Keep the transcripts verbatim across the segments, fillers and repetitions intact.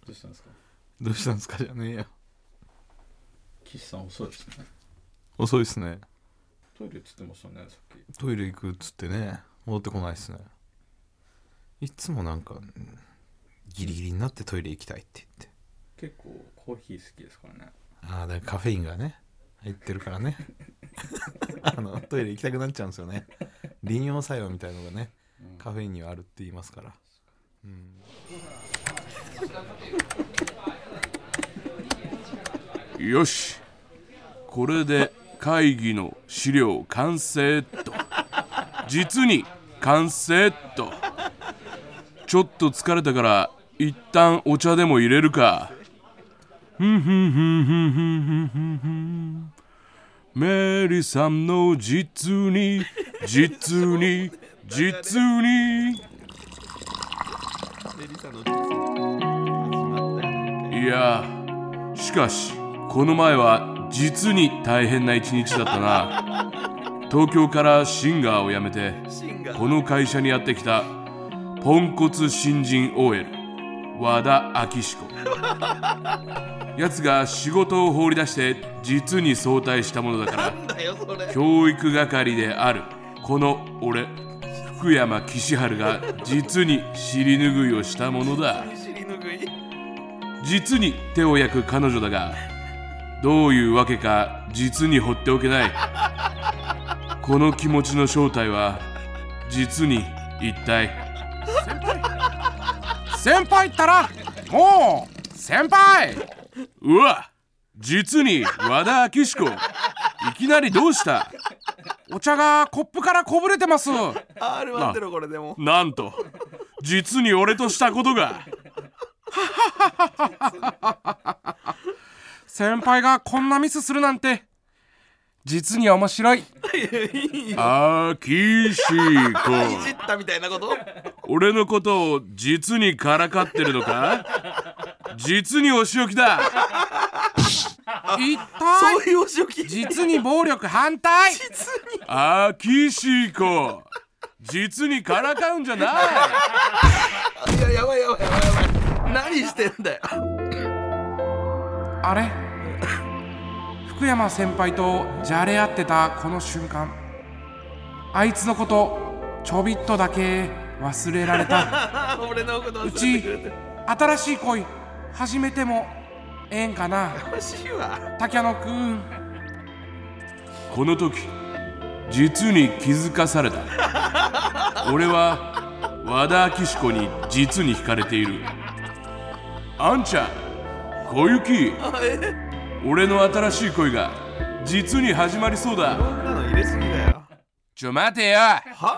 どうしたんですかどうしたんですかじゃねえよ。 岸さん遅いですね。 遅いっすね。 トイレっつってましたねさっき。 トイレ行くっつってね、戻ってこないっすね。いつもなんかギリギリになってトイレ行きたいって言って。 結構コーヒー好きですからね。 ああ、だからカフェインがね入ってるからねあのトイレ行きたくなっちゃうんですよね。利尿作用みたいのがね、うん、カフェインにはあるって言いますから、うん、 よし、これで会議の資料完成っと。実に完成っと。ちょっと疲れたから一旦お茶でも入れるか。ふんふんふんふんふんふんふんふん。メリさんの実に実に実に。いや、しかしこの前は実に大変な一日だったな。東京からシンガーを辞めてこの会社にやってきたポンコツ新人 オーエル 和田昭彦。やつが仕事を放り出して実に早退したものだから教育係であるこの俺福山岸治が実に尻拭いをしたものだ。実に手を焼く彼女だがどういうわけか実に放っておけない。この気持ちの正体は実に一体。先輩先輩ったらもう先輩。うわ、実に和田昭彦、いきなりどうした？お茶がコップからこぼれてます。 アールワン 出ろこれでも。なんと実に俺としたことが先輩がこんなミスするなんて実に面白い。あきしこいじったみたいなこと。俺のことを実にからかってるのか？実にお仕置きだ。一体そういうお仕置き。実に暴力反対。実にあきしこ、実にからかうんじゃない。いや、やばいやばいやばいやばい。何してんだよ。あれ、福山先輩とじゃれ合ってたこの瞬間、あいつのことちょびっとだけ忘れられた。俺のことうち新しい恋始めてもええんかな。竹野くん。この時実に気づかされた。俺は和田昭彦に実に惹かれている。あんちゃん、小雪、俺の新しい恋が実に始まりそうだ。こんなの入れすぎだよ。ちょ待てよ。は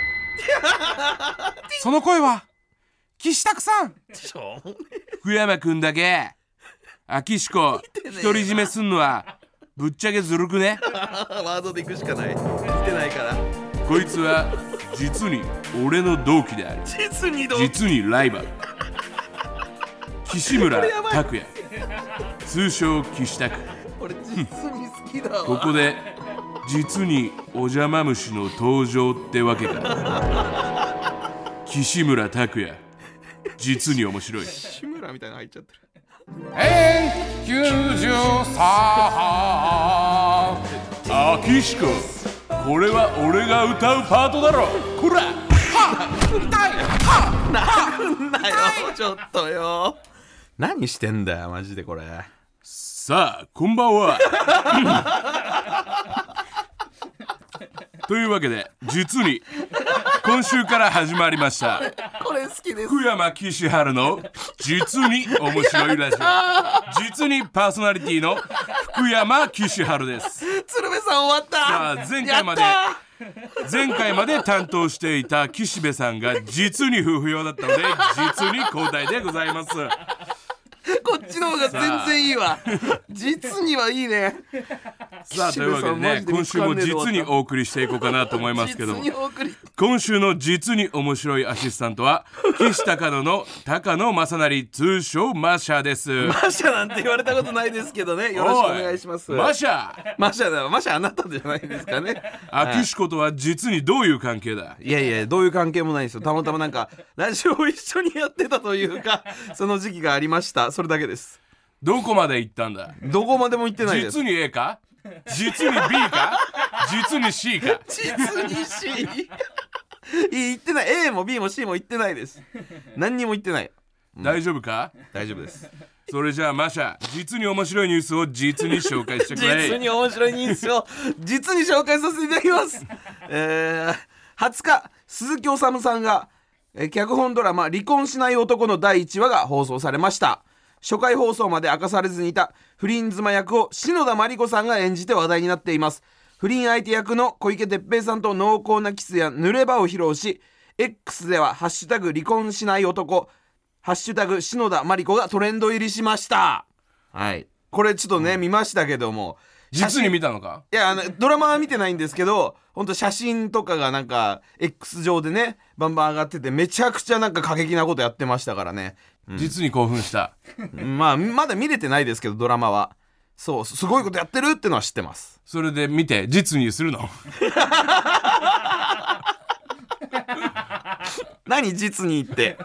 その声は岸拓さん。福山くんだけ昭彦独り占めすんのはぶっちゃけずるくね。ワードでいくしかない。見てないから。こいつは実に俺の同期である。実に同期、実にライバル、岸村拓也、通称岸拓。俺実に好きだわ。ここで実にお邪魔虫の登場ってわけか。岸村拓也、実に面白い。岸村みたいなの入っちゃってる。えんきゅうじゅうさん、昭彦、これは俺が歌うパートだろ。こらはっ、痛いはっ、なんだよちょっとよ。何してんだよマジでこれ。さあこんばんは。というわけで実に今週から始まりましたこれ好きです、福山岸治の実に面白いラジオ。実にパーソナリティの福山岸治です。鶴瓶さん終わった。さあ前回まで前回まで担当していた岸部さんが実に不要だったので実に交代でございます。こっちの方が全然いいわ。実にはいいね。 さあというわけでね、今週も実にお送りしていこうかなと思いますけども、今週の実に面白いアシスタントは岸高野の高野正成、通称マシャです。 マシャなんて言われたことないですけどね、よろしくお願いします。 マシャマシャだ、マシャあなたじゃないですかね。 アキシコとは実にどういう関係だ？ いやいや、どういう関係もないですよ。たまたまなんかラジオを一緒にやってたというか、その時期がありました。それだけです。 どこまで行ったんだ？ どこまでも行ってないです。 実に A か？実に B か？実に C か？ 実に C 言ってない。 A も B も C も言ってないです。何にも言ってない、 うん、大丈夫か？ 大丈夫です。 それじゃあマシャ、実に面白いニュースを実に紹介してくれ。 実に面白いニュースを実に紹介させていただきます。えー、はつか鈴木おさむさんが、えー、脚本ドラマ離婚しない男のだいいちわが放送されました。初回放送まで明かされずにいた不倫妻役を篠田麻里子さんが演じて話題になっています。不倫相手役の小池徹平さんと濃厚なキスや濡れ場を披露し、 X ではハッシュタグ離婚しない男、ハッシュタグ篠田麻里子がトレンド入りしました。はい、これちょっとね、うん、見ましたけども、 実に見たのか？ いや、あのドラマは見てないんですけど、本当写真とかがなんか X 上でねバンバン上がってて、めちゃくちゃなんか過激なことやってましたからね、 うん、実に興奮した。 まあまだ見れてないですけど、ドラマはそうすごいことやってるってのは知ってます。 それで見て実にするの？ 何実にって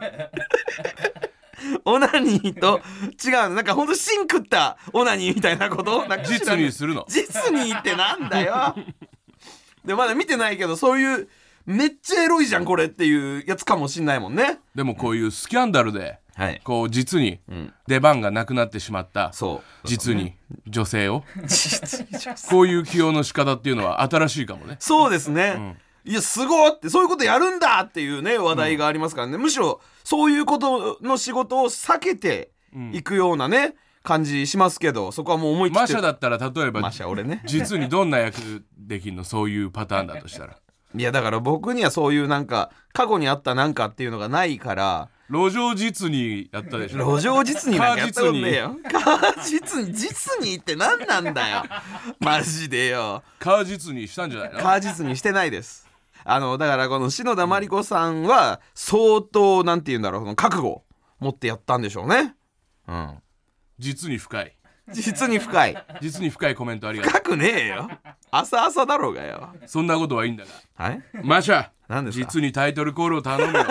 オナニーと違うの、なんかほんと芯食ったオナニーみたいなこと？なんか実にするの？ 実にってなんだよ。でまだ見てないけど、そういうめっちゃエロいじゃんこれっていうやつかもしんないもんね。 でもこういうスキャンダルで、はい、こう実に出番がなくなってしまった、 そう実に女性をこういう起用の仕方っていうのは新しいかもね。 そうですね、うん、いやすごいって、そういうことやるんだっていうね話題がありますからね、うん、むしろそういうことの仕事を避けていくようなね感じしますけど、そこはもう思い切って。 マシャだったら例えばマシャ俺ね実にどんな役できんの？そういうパターンだとしたら。 いやだから僕にはそういうなんか過去にあったなんかっていうのがないから。 路上実にやったでしょ。 路上実になんかやったことねえよ。カー実に実にって何なんだよマジでよ。 カー実にしたんじゃないの？ カー実にしてないです。あのだからこの篠田麻里子さんは相当なんて言うんだろう、その覚悟持ってやったんでしょうね。うん。 実に深い。 実に深い。 実に深いコメントありがとう。 深くねえよ。朝朝だろうがよ。 そんなことはいいんだが。 はい。 マシャ。 何ですか？ 実にタイトルコールを頼むよ。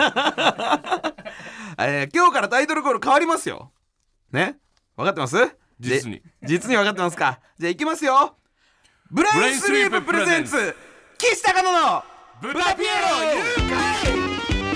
えー、今日からタイトルコール変わりますよ。ね。分かってます？ 実に。 実に分かってますか？じゃあいきますよ。ブレインスリーププレゼンツ岸高野のブタピエロ誘拐。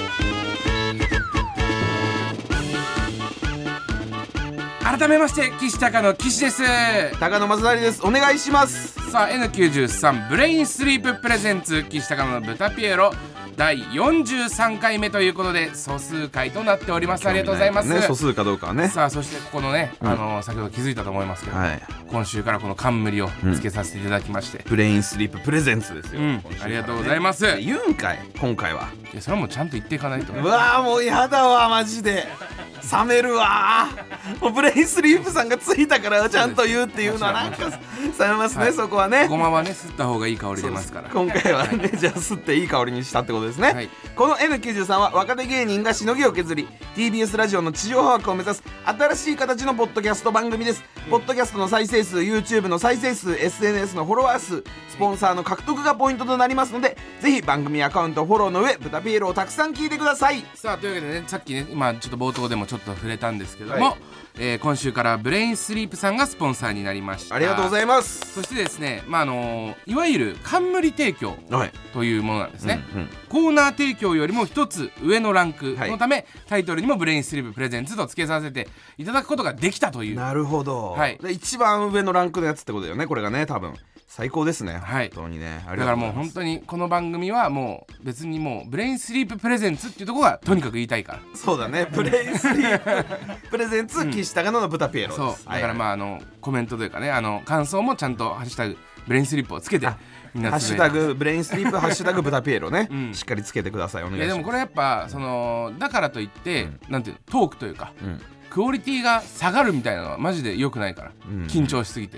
改めまして岸高野岸です。 高野正成です。お願いします。 さあ エヌきゅうじゅうさん ブレインスリーププレゼンツ岸高野のブタピエロだいよんじゅうさんかいめということで素数回となっております。ありがとうございます、 ね、素数かどうかはね。 さあそしてここのね、うん、あの先ほど気づいたと思いますけど、はい、今週からこの冠をつけさせていただきまして、 うん、ブレインスリーププレゼンツですよ、うんね、ありがとうございます。 言うんかい今回は。 いやそれはもうちゃんと言っていかないと。 うわーもうやだわマジで冷めるわ。もうブレインスリープさんがついたからちゃんと言うっていうのはなんか冷めますね、はい、そこはね。 ごまはね吸った方がいい香り出ますから。 今回はね、はい、じゃあ吸っていい香りにしたってことですね、はい、この エヌきゅうじゅうさん は若手芸人がしのぎを削り ティービーエス ラジオの地上波枠を目指す新しい形のポッドキャスト番組です、うん、ポッドキャストの再生数 YouTube の再生数 エスエヌエス のフォロワー数スポンサーの獲得がポイントとなりますので、ぜひ番組アカウントフォローの上ブタピエロをたくさん聞いてください。 さあというわけでね、さっきね今ちょっと冒頭でもちょっと触れたんですけども、はい、えー、今週からブレインスリープさんがスポンサーになりました。 ありがとうございます。 そしてですね、まああのいわゆる冠提供というものなんですね、はい、うんうん、コーナー提供よりも一つ上のランクのため、はい、タイトルにもブレインスリーププレゼンツと付けさせていただくことができたという。 なるほど、はい、で一番上のランクのやつってことだよねこれがね。多分最高ですね、はい、本当にね。ありがとうございます。だからもう本当にこの番組はもう別にもうブレインスリーププレゼンツっていうところがとにかく言いたいから。 そうだね、ブレインスリーププレゼンツ岸高野のブタピエロです、 うん、そうだからまああのコメントというかね、あの感想もちゃんとハッシュタグブレインスリープをつけてみんなハッシュタグブレインスリープハッシュタグブタピエロね、うん、しっかりつけてください。お願いします。 いやでもこれやっぱそのだからといって、うん、なんていうトークというか、うん、クオリティが下がるみたいなのはマジで良くないから、うん、緊張しすぎて。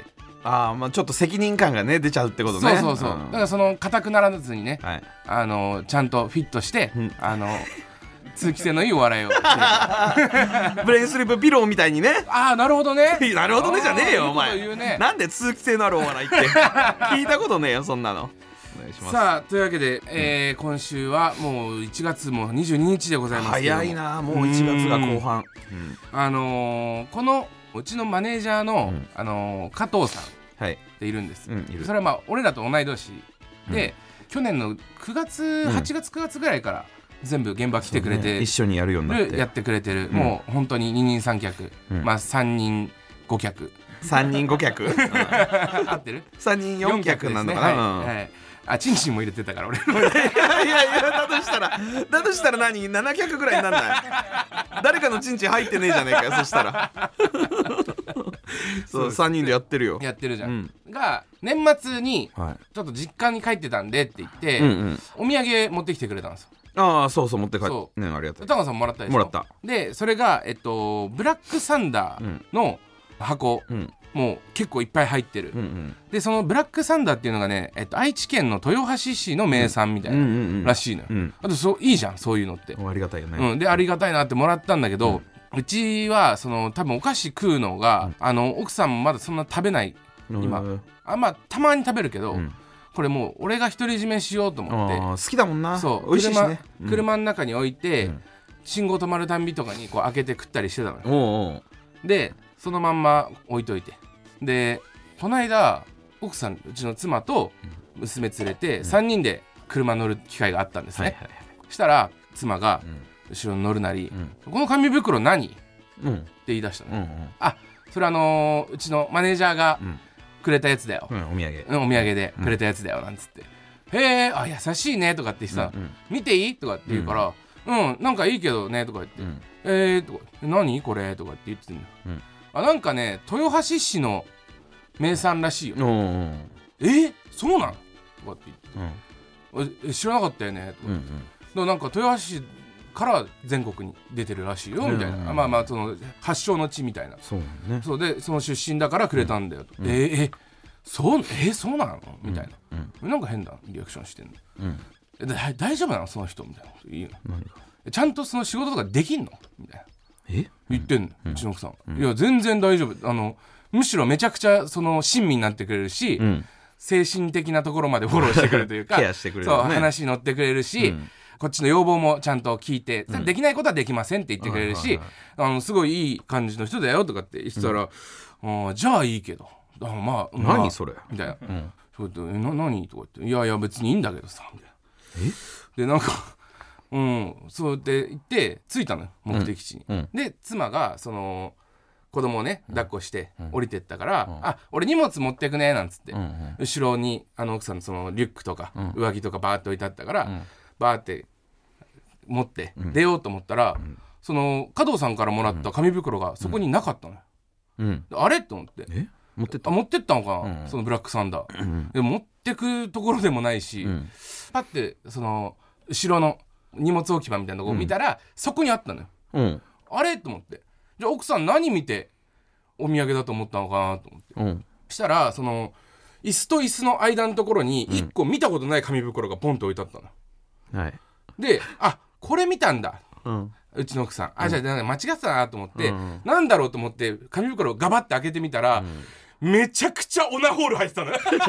ああまあちょっと責任感がね出ちゃうってことね。 そうそうそう、うん、だからその硬くならずにね、はい、あのちゃんとフィットして、うん、あの通気性のいいお笑いをブレインスリープピローみたいにね。 ああなるほどねなるほどねじゃねえよお前、 ね、 なんで通気性のあるお笑いって聞いたことねえよそんなの。お願いします。 さあというわけで、えー、今週はもういちがつもにじゅうににちでございますけども、 早いなもういちがつが後半、 うん、あのー、このうちのマネージャーの、うん、あのー、加藤さんっているんです、はい、うん、それはまあ俺らと同い年で、うん、去年のくがつ、はちがつくがつぐらいから全部現場来てくれて、 ね、一緒にやるようになってやってくれてる、うん、もう本当に二人三脚、うん、まあ三人五脚三人五脚合ってる三人四脚なのかな、 はいはい、あチンチンも入れてたから俺いやいやいやだとしたらだとしたら何なな脚ぐらいになんない誰かのチンチン入ってねえじゃねえかよそしたらそうさんにんでやってるよやってるじゃん、うん、が年末にちょっと実家に帰ってたんでって言って、はい、うんうん、お土産持ってきてくれたんですよ。 ああそうそう持って帰ってね、ありがとう。 高野さんもらったでしょ。 もらった。 でそれがえっとブラックサンダーの箱、うん、もう結構いっぱい入ってる、うんうん、でそのブラックサンダーっていうのがね、えっと、愛知県の豊橋市の名産みたいならしいのよ、うんうんうん、あとそういいじゃんそういうのって。 ありがたいよね、 うん、でありがたいなってもらったんだけど、うん、うちはその多分お菓子食うのが、うん、あの奥さんもまだそんな食べない今、うん、あまあたまに食べるけど、うん、これもう俺が独り占めしようと思って。 好きだもんな。 そう美味しいしね、 車、うん、車の中に置いて、うん、信号止まるたんびとかにこう開けて食ったりしてたのよ。おうおうでそのまんま置いといて、でこの間奥さんうちの妻と娘連れてさんにんで車乗る機会があったんですね、はいはいはい、したら妻が後ろに乗るなり、うん、この紙袋何、うん、って言い出したの、うんうん、あそれあのー、うちのマネージャーがくれたやつだよ、うん、お土産、うん、お土産でくれたやつだよなんつって、うん、へえあ優しいねとかってさ、うんうん、見ていいとかって言うから、うん、うん、なんかいいけどねとか言って、うん、えーとか何これとかって言ってんのよ、うん、あなんかね豊橋市の名産らしいよ。えそうなんとかって言って、うん、知らなかったよねとかって、うんうん、でもなんか豊橋市から全国に出てるらしいよみたいな、うんうん、まあまあその発祥の地みたいな。そうね。そうでその出身だからくれたんだよと、うん、えー、えそうえそうなのみたいな、うんうん、なんか変なリアクションしてんの、うん、だ大丈夫なのその人みたいなこと言うの。ちゃんとその仕事とかできんのみたいなえ言ってんの、うん、うちの奥さん、うん、いや全然大丈夫、あのむしろめちゃくちゃその親身になってくれるし、うん、精神的なところまでフォローしてくれるというかケアしてくれる、ね、 そう話に乗ってくれるし、うん、こっちの要望もちゃんと聞いて、うん、できないことはできませんって言ってくれるし、うん、あのすごいいい感じの人だよとかって言ってたら、うん、じゃあいいけどあまあ、まあ、 何それみたいな、うん、 そうな何とか言っていやいや別にいいんだけどさみたいなえでなんかうんそうって言って着いたのよ目的地に、うん、で妻がその子供をね抱っこして降りてったから、うん、あ俺荷物持ってくねなんつって、うんうん、後ろにあの奥さんのそのリュックとか、うん、上着とかバーって置いてあったから、うん、バーって持って出ようと思ったら、うん、その加藤さんからもらった紙袋がそこになかったのよ、うん、あれと思ってえ持ってった？ あ持ってったのかな、うん、そのブラックサンダー、うん、でも持ってくところでもないし、うん、パッてその後ろの荷物置き場みたいなとこを見たら、うん、そこにあったのよ、うん、あれと思ってじゃあ奥さん何見てお土産だと思ったのかなと思って、うん、したらその椅子と椅子の間のところにいっこ見たことない紙袋がポンと置いてあったの、うん、はい、であこれ見たんだ、うん、うちの奥さんあじゃあ間違ってたなと思って、うん、なんだろうと思って紙袋をガバッて開けてみたら、うん、めちゃくちゃオナホール入ってたの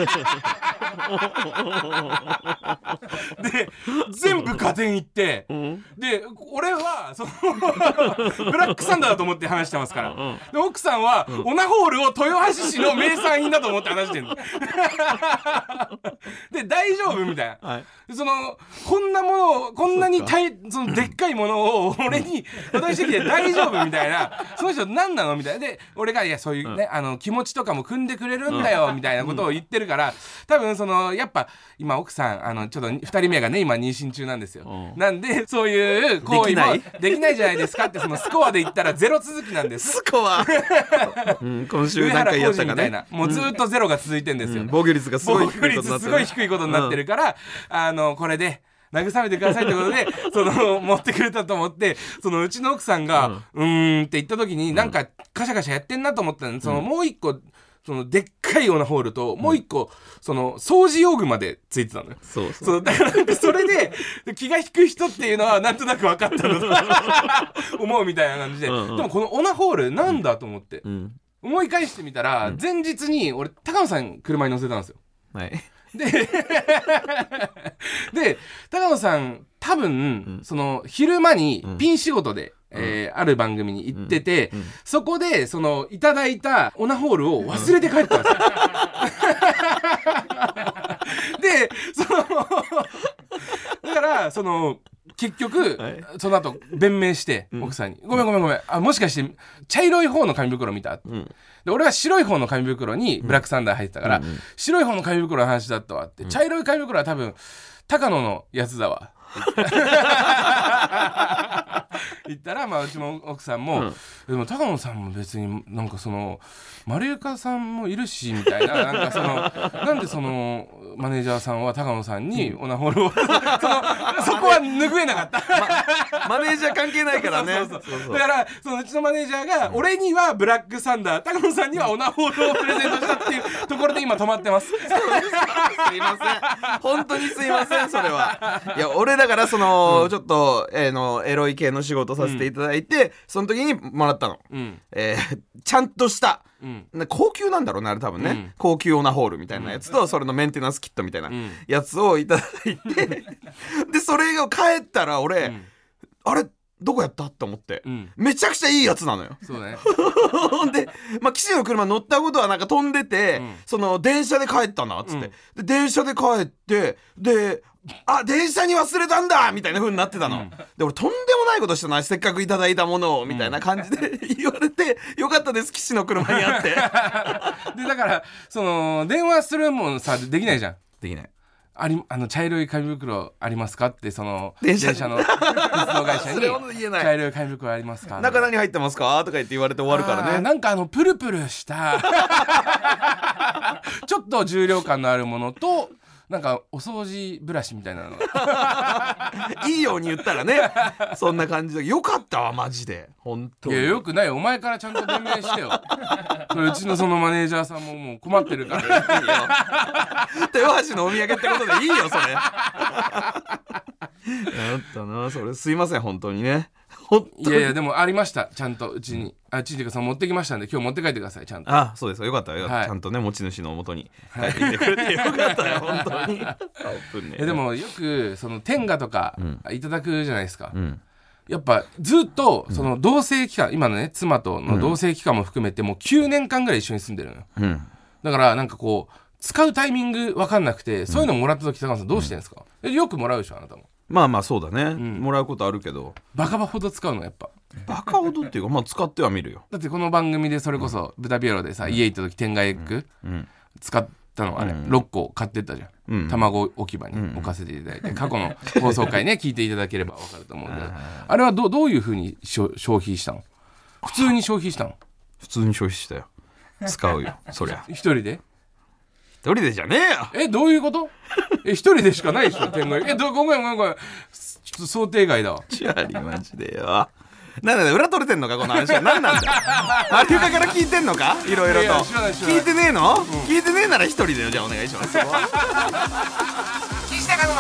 で全部ガテンいって、うん、で俺はそのブラックサンダーだと思って話してますから、うん、で奥さんは、うん、オナホールを豊橋市の名産品だと思って話してるので大丈夫みたいな、はい、そのこんなものをこんなにたいそのでっかいものを俺に渡してきて大丈夫みたいなその人何なのみたいなで俺がいやそういうね、うん、あの気持ちとかも汲んでくれるんだよ、うん、みたいなことを言ってるから多分そのやっぱ今奥さんあのちょっとふたりめがね今妊娠中なんですよ、うん、なんでそういう行為もできないじゃないですかってそのスコアで言ったらゼロ続きなんですスコア、うん、今週何回やったかねもうずっとゼロが続いてるんですよ、 うん、防御率がすごい低いことになってる、 防御率すごい低いことになってるから、うん、あのこれで慰めてくださいってことでその持ってくれたと思ってそのうちの奥さんが、うん、うーんって言った時になんかカシャカシャやってんなと思ったの、そのもう一個そのでっかいオナホールともう一個、うん、その掃除用具までついてたのよ。 そうそうそうだからなんかそれで気が引く人っていうのはなんとなく分かったのと思うみたいな感じで、うんうん、でもこのオナホールなんだと思って、うん、思い返してみたら、うん、前日に俺高野さん車に乗せたんですよ。 はいでで高野さん多分、うん、その昼間にピン仕事で、うんえー、ある番組に行ってて、うんうん、そこでそのいただいたオナホールを忘れて帰ったんですよ、うん、でそのだからその結局、はい、その後弁明して、うん、奥さんにごめんごめんごめんあもしかして茶色い方の紙袋見た、うん、で俺は白い方の紙袋にブラックサンダー入ってたから、うんうん、白い方の紙袋の話だったわって、うん、茶色い紙袋は多分高野のやつだわ言ったら、まあ、うちの奥さんも、うん、でも高野さんも別になんかその丸床さんもいるしみたいな、なんかそのなんでそのマネージャーさんは高野さんにオナホールをそのそこは拭えなかった、 ま、マネージャー関係ないからねそうそうそうそうだからそのうちのマネージャーが、うん、俺にはブラックサンダー高野さんにはオナホールをプレゼントしたっていうところで今止まってますすいません本当にすいませんそれはいや俺だからその、うん、ちょっと、えー、のエロい系の仕事させていただいて、うん、その時にもらったの、うんえー、ちゃんとしたうん、高級なんだろうねあれ多分ね、うん、高級オナホールみたいなやつと、うん、それのメンテナンスキットみたいなやつをいただいて、うん、でそれを帰ったら俺、うん、あれどこやったって思って、うん、めちゃくちゃいいやつなのよ。 そうねで、まあ、騎士の車乗ったことはなんか飛んでて、うん、その電車で帰ったなっつって、うん、で電車で帰ってであ電車に忘れたんだみたいな風になってたの、うん、で俺とんでもないことしたなせっかくいただいたものをみたいな感じで言われて、うん、よかったです騎士の車にあってでだからその電話するもんさできないじゃん。 できないありあの茶色い紙袋ありますかってその電車, 電車の鉄道会社に茶色い紙袋ありますか中何入ってますかとか言って言われて終わるからね。 なんかあのプルプルしたちょっと重量感のあるものとなんかお掃除ブラシみたいなのいいように言ったらねそんな感じでよかったわマジで本当に。 いやよくないお前からちゃんと弁明してようちのそのマネージャーさんももう困ってるからいいよ豊橋のお土産ってことでいいよそれやったなそれすいません本当にねいやいやでもありましたちゃんとうちに、うん、あちんてかさん持ってきましたんで今日持って帰ってくださいちゃんと。 あそうですよかったよ、はい、ちゃんとね持ち主の元に帰ってきてくれてよかったよ本当にえでもよくその天下とかいただくじゃないですか、うん、やっぱずっとその同棲期間、うん、今のね妻との同棲期間も含めてもうきゅうねんかんぐらい一緒に住んでるのよ、うん、だからなんかこう使うタイミング分かんなくて、うん、そういうのもらった時高野さんどうしてんですか、うん、よくもらうでしょあなたも。 まあまあそうだね、うん、もらうことあるけどバカバほど使うのやっぱバカほどっていうかまあ使ってはみるよ。 だってこの番組でそれこそ、うん、豚ピエロでさ、うん、家行った時天外エッグ、うん、使ったのあれ、うん、ろっこ買ってったじゃん、うん、卵置き場に置かせていただいて、うん、過去の放送回ね聞いていただければ分かると思うんであれは ど, どういう風に消費したの。普通に消費したの。 普通に消費したよ。使うよそりゃ一人で一人でじゃねえよ。 えどういうこと。え一人でしかないでしょ天外。えどごめんごめんごめんちょっと想定外だわ。 チャーリーマジでよ。なんだ裏取れてんのかこの話は。何なんだマリオカから聞いてんのかいろいろと。いや知らない知らない聞いてねえの、うん、聞いてねえなら一人だよじゃあお願いします岸高野の渡辺エロ。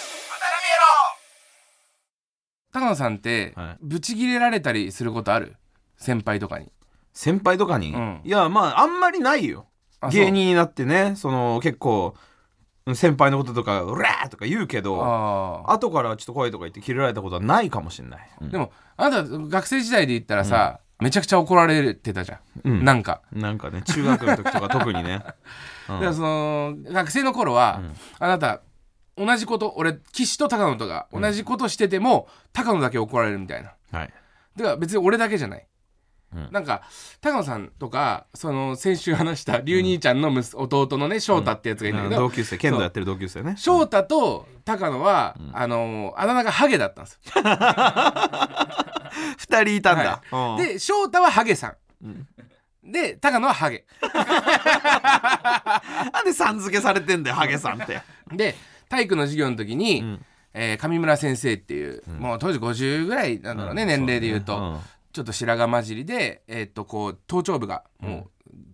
高野さんって、はい、ブチギレられたりすることある先輩とかに。 先輩とかに、うん、いやまああんまりないよ。芸人になってねその結構先輩のこととかうらーとか言うけどあ後からちょっと声とか言ってキレられたことはないかもしれない、うん、でもあなた学生時代で言ったらさ、うん、めちゃくちゃ怒られてたじゃん、うん、なんかなんかね中学の時とか特にね、 うん、でもその学生の頃は、うん、あなた同じこと俺岸と高野とか同じことしてても、うん、高野だけ怒られるみたいな、はい、だから別に俺だけじゃないうん、なんか高野さんとかその先週話した龍兄ちゃんの息、うん、弟のね翔太ってやつがいるんだけど、 うん、同級生剣道やってる同級生ね。 翔太と高野は、うん、あのあだ名がハゲだったんですよふたりいたんだ、 はい、で翔太はハゲさん、うん、で高野はハゲなんでさん付けされてんだよハゲさんってで体育の授業の時に、うんえー、上村先生っていう、うん、もう当時ごじゅうぐらいなんだろうね、うん、年齢で言うと、うんちょっと白髪混じりで、えー、っとこう頭頂部がもう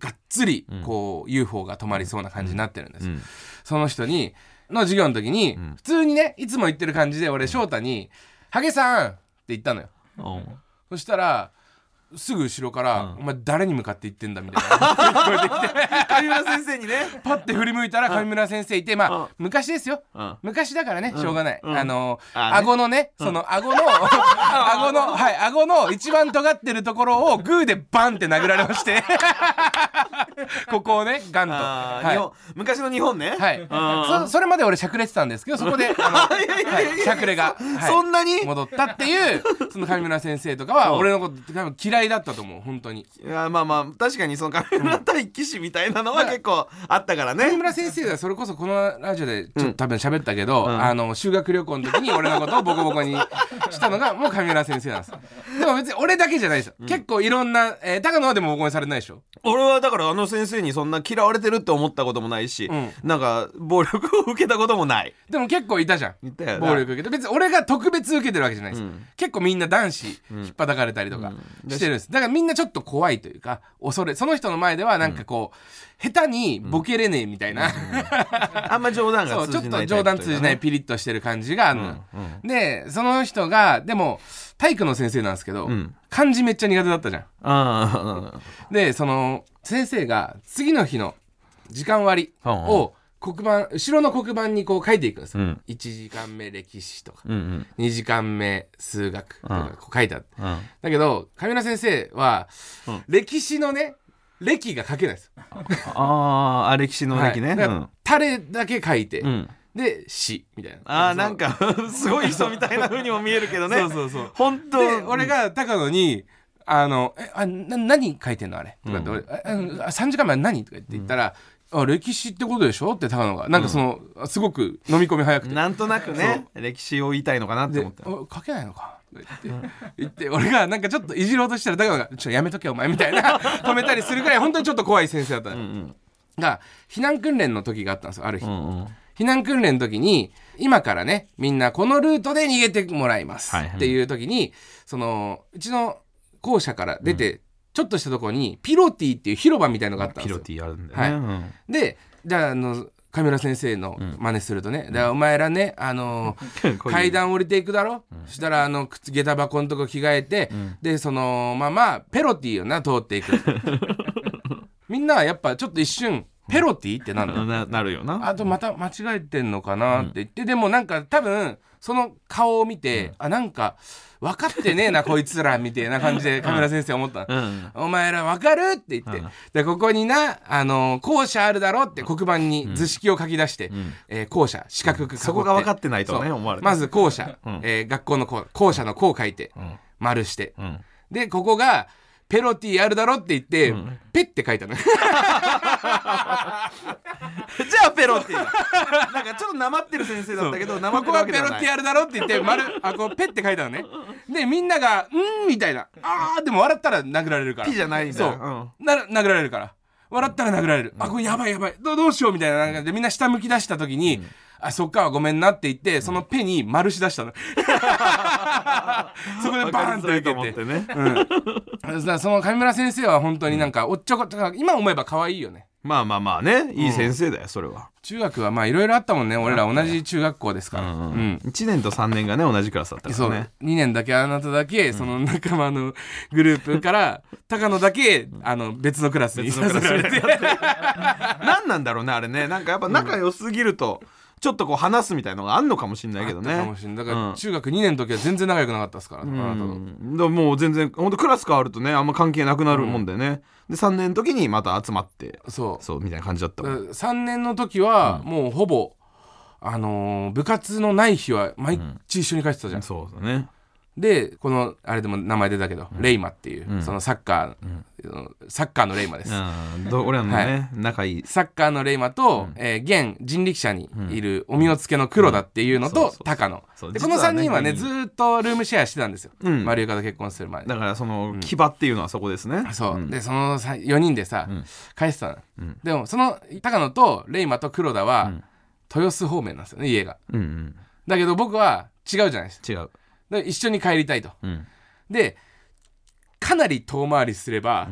がっつりこう、うん、ユーフォー が止まりそうな感じになってるんです、うん、その人にの授業の時に、うん、普通にねいつも言ってる感じで俺翔太に「ハゲさん!」って言ったのよ、うん、そしたらすぐ後ろから、うん、お前誰に向かって言ってんだみたいな聞こえてきて上村先生にねパッて振り向いたら上村先生いて、まあ、うん、昔ですよ、うん、昔だからねしょうがない、うん、あのー、ね、顎のね、うん、その顎の顎のはい顎の一番尖ってるところをグーでバンって殴られましてここをねガンと、 はい、日本昔の日本ね、 はい、そ, それまで俺しゃくれてたんですけどそこであの、はい、しゃくれが、はい、 そんなに戻ったっていうその上村先生とかは俺のこと多分嫌いだったと思う本当に。 いやまあまあ確かにその上村対騎士みたいなのは結構あったからね。 上村先生はそれこそこのラジオでちょっと多分喋ったけど、うん、あの修学旅行の時に俺のことをボコボコにしたのがもう上村先生なんです。でも別に俺だけじゃないですよ、うん、結構いろんな、えー、高野はでもボコボコにされてないでしょ。 俺はだからあの先生にそんな嫌われてるって思ったこともないし、うん、なんか暴力を受けたこともない。 でも結構いたじゃんいたよ暴力受けて。別に俺が特別受けてるわけじゃないです、うん、結構みんな男子引っ叩かれたりとかしてるんです、だからみんなちょっと怖いというか恐れその人の前ではなんかこう、うん、下手にボケれねえみたいな、うん、 あんま冗談が通じない、ね、 そうちょっと冗談通じないピリッとしてる感じがあるの、うんうん、でその人がでも体育の先生なんですけど、うん、漢字めっちゃ苦手だったじゃん。あでその先生が次の日の時間割を黒板後ろの黒板にこう書いていくんですよ、うん、いちじかんめ歴史とか、うんうん、にじかんめ数学とかこう書いてあって、うん、だけど上村先生は、うん、歴史のね歴が書けないですああ歴史の歴ね、はい、だからタレだけ書いて、うん、で詩みたいなあーなんかすごい人みたいな風にも見えるけどねそうそうそう本当で俺が高野にあのえあな何書いてんのあれとかって、うん、あさんじかんまえ何とかって言ったら、うん、あ歴史ってことでしょって高野がなんかその、うん、すごく飲み込み早くてなんとなくね歴史を言いたいのかなって思った書けないのかとか言って、言って俺がなんかちょっといじろうとしたら高野がちょっとやめとけお前みたいな止めたりするぐらい本当にちょっと怖い先生だったの、うんうん、が避難訓練の時があったんですよある日、うんうん、避難訓練の時に今からねみんなこのルートで逃げてもらいます、はいはい、っていう時にそのうちの校舎から出て、うん、ちょっとしたところにピロティっていう広場みたいのがあったんですよ。 ピロティあるんだよね、 はい、でじゃああの上村先生の真似するとね、うん、だからお前らね、あのー、階段降りていくだろ、うん、そしたらあの靴下駄箱のとこ着替えて、うん、でそのままペロティをな通っていくみんなはやっぱちょっと一瞬ペロティってなるの、 な, なるよな。 あとまた間違えてんのかなって言って、うん、でもなんか多分その顔を見て、うん、あなんか分かってねえなこいつらみたいな感じで上村先生思った、うん、お前ら分かるって言って、うん、でここになあの校舎あるだろって黒板に図式を書き出して、うんえー、校舎四角く囲って、 そこが分かってないとね思われてまず校舎、うんえー、学校の校校舎の校書いて、うん、丸して、うん、でここがペロティあるだろって言って、うん、ペって書いたのじゃあペロティなんかちょっとなまってる先生だったけど、 ここはペロティあるだろって言って丸あこうペって書いたのね。でみんながんーみたいなあーでも笑ったら殴られるからピじゃないんだそう、うん、な殴られるから笑ったら殴られる、うん、あこれやばいやばい ど, どうしようみたいななんかでみんな下向き出した時に、うんあそっかごめんなって言って、うん、そのペに丸し出したのそこでバーンと受けてて、ねうん、だその上村先生は本当になんかおっちょこ今思えば可愛いよね。 まあまあまあねいい先生だよ、うん、それは。 中学はまあいろいろあったもんね。俺ら同じ中学校ですから、うんうんうん、いちねんとさんねんがね同じクラスだったからね。 そうにねんだけあなただけ、うん、その仲間のグループから高野だけあの別のクラスにさせられて何なんだろうねあれね。なんかやっぱ仲良すぎると、うんちょっとこう話すみたいなのがあんのかもしれないけどね。 あったかもしれない。だから中学にねんの時は全然仲良くなかったですから、うん、あなたと。 だからもう全然本当クラス変わるとねあんま関係なくなるもんでね、うん、でさんねんの時にまた集まってそうそうみたいな感じだったもん。 さんねんの時はもうほぼ、あのー、部活のない日は毎日一緒に帰ってたじゃん、うん、 そうだね。 でこのあれでも名前出たけど、うん、レイマっていう、うん、そのサッカー、うん、サッカーのレイマです、 うん、ど俺らのね、はい、仲いいサッカーのレイマと、うんえー、現人力車にいるお身をつけの黒田っていうのと、うん、高野でこのさんにんはねずっとルームシェアしてたんですよ、うん、マリオカと結婚する前だからその牙っていうのはそこですね、 うん、そう、うん、でそのよにんでさ、うん、返してたの、うん、でもその高野とレイマと黒田は、うん、豊洲方面なんですよね家が、うんうん、だけど僕は違うじゃないですか。 違うで一緒に帰りたいと、うん、でかなり遠回りすれば、うん、